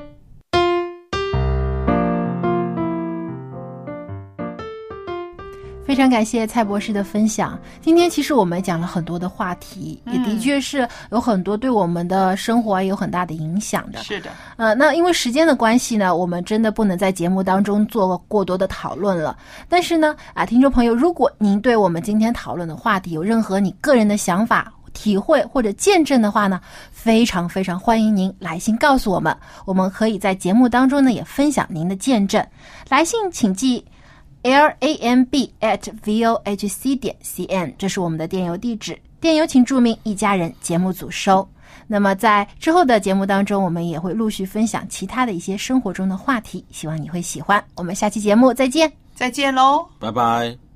非常感谢蔡博士的分享。今天其实我们讲了很多的话题，也的确是有很多对我们的生活有很大的影响的。 是的。 那因为时间的关系呢，我们真的不能在节目当中做过多的讨论了。但是呢，听众朋友，如果您对我们今天讨论的话题有任何你个人的想法、体会或者见证的话呢，非常非常欢迎您来信告诉我们，我们可以在节目当中呢也分享您的见证。来信请寄lamb@vohc.cn， 这是我们的电邮地址，电邮请注明一家人节目组收。那么在之后的节目当中，我们也会陆续分享其他的一些生活中的话题，希望你会喜欢。我们下期节目再见。 再见喽， 拜拜。